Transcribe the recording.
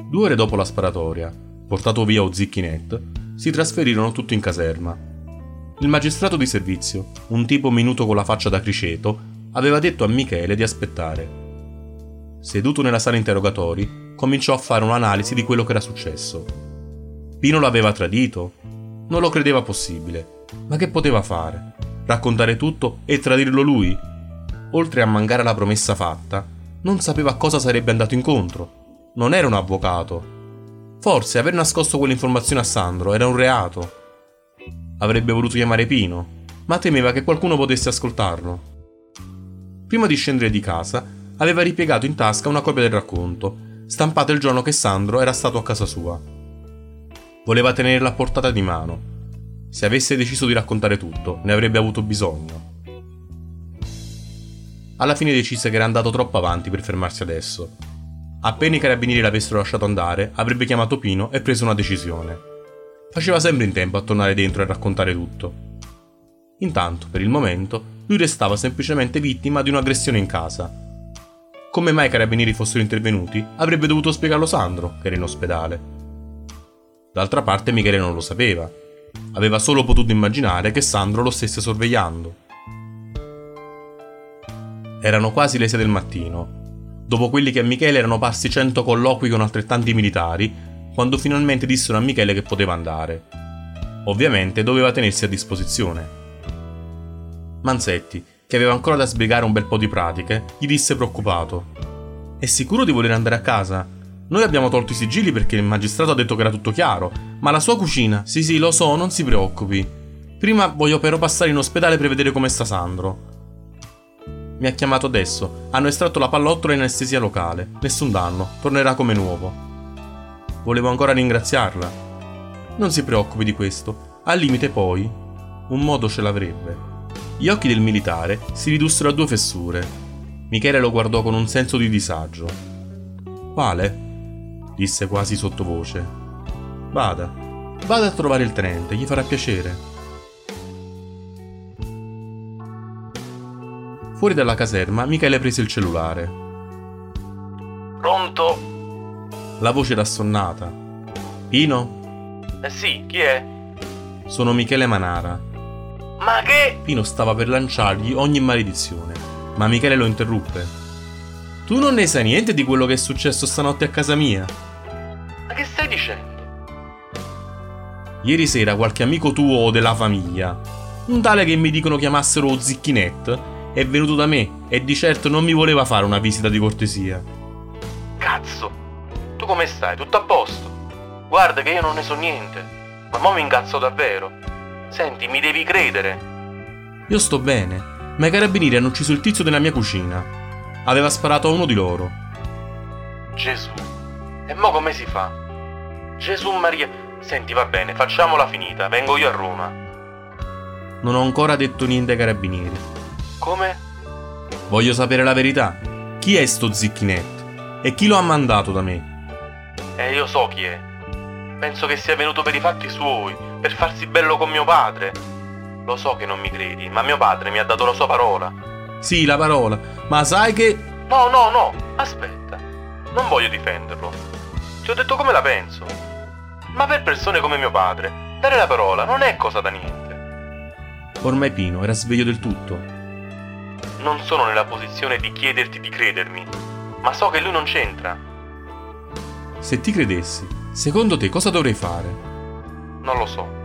2 ore dopo la sparatoria, portato via Ozicchinet, si trasferirono tutti in caserma. Il magistrato di servizio, un tipo minuto con la faccia da criceto, aveva detto a Michele di aspettare. Seduto nella sala interrogatori, cominciò a fare un'analisi di quello che era successo. Pino lo aveva tradito? Non lo credeva possibile. Ma che poteva fare? Raccontare tutto e tradirlo lui? Oltre a mancare alla promessa fatta, non sapeva a cosa sarebbe andato incontro. Non era un avvocato. Forse aver nascosto quell'informazione a Sandro era un reato. Avrebbe voluto chiamare Pino, ma temeva che qualcuno potesse ascoltarlo. Prima di scendere di casa, aveva ripiegato in tasca una copia del racconto, stampata il giorno che Sandro era stato a casa sua. Voleva tenerla a portata di mano. Se avesse deciso di raccontare tutto, ne avrebbe avuto bisogno. Alla fine decise che era andato troppo avanti per fermarsi adesso. Appena i carabinieri l'avessero lasciato andare, avrebbe chiamato Pino e preso una decisione. Faceva sempre in tempo a tornare dentro e raccontare tutto. Intanto, per il momento, lui restava semplicemente vittima di un'aggressione in casa. Come mai i carabinieri fossero intervenuti, avrebbe dovuto spiegarlo Sandro, che era in ospedale. D'altra parte Michele non lo sapeva. Aveva solo potuto immaginare che Sandro lo stesse sorvegliando. Erano quasi le 6 del mattino, dopo quelli che a Michele erano parsi 100 colloqui con altrettanti militari, quando finalmente dissero a Michele che poteva andare. Ovviamente doveva tenersi a disposizione. Manzetti, che aveva ancora da sbrigare un bel po' di pratiche, gli disse preoccupato: «È sicuro di voler andare a casa? Noi abbiamo tolto i sigilli perché il magistrato ha detto che era tutto chiaro, ma la sua cucina, sì, lo so, non si preoccupi. Prima voglio però passare in ospedale per vedere come sta Sandro. Mi ha chiamato adesso, hanno estratto la pallottola in anestesia locale, nessun danno, tornerà come nuovo». Volevo ancora ringraziarla. «Non si preoccupi di questo, al limite poi, un modo ce l'avrebbe». Gli occhi del militare si ridussero a 2 fessure. Michele lo guardò con un senso di disagio. «Quale?» disse quasi sottovoce. Vada a trovare il tenente, gli farà piacere». Fuori dalla caserma Michele prese il cellulare. «Pronto?» La voce era assonnata. «Pino?» Sì, chi è?» «Sono Michele Manara». «Ma che?» Pino stava per lanciargli ogni maledizione, ma Michele lo interruppe. «Tu non ne sai niente di quello che è successo stanotte a casa mia?» «Ma che stai dicendo?» «Ieri sera qualche amico tuo o della famiglia, un tale che mi dicono chiamassero Ozicchinet, è venuto da me e di certo non mi voleva fare una visita di cortesia». «Cazzo! Tu come stai? Tutto a posto? Guarda che io non ne so niente, ma mo mi incazzo davvero. Senti, mi devi credere». «Io sto bene, ma i carabinieri hanno ucciso il tizio della mia cucina. Aveva sparato a uno di loro». «Gesù, e mo come si fa? Gesù Maria, senti, va bene, facciamola finita, vengo io a Roma». «Non ho ancora detto niente ai carabinieri». «Come?» «Voglio sapere la verità. Chi è sto Zicchinet? E chi lo ha mandato da me?» Io so chi è. Penso che sia venuto per i fatti suoi, per farsi bello con mio padre. Lo so che non mi credi, ma mio padre mi ha dato la sua parola». «Sì, la parola, ma sai che...» No, aspetta. Non voglio difenderlo. Ti ho detto come la penso. Ma per persone come mio padre, dare la parola non è cosa da niente». Ormai Pino era sveglio del tutto. «Non sono nella posizione di chiederti di credermi, ma so che lui non c'entra». «Se ti credessi, secondo te cosa dovrei fare?» «Non lo so.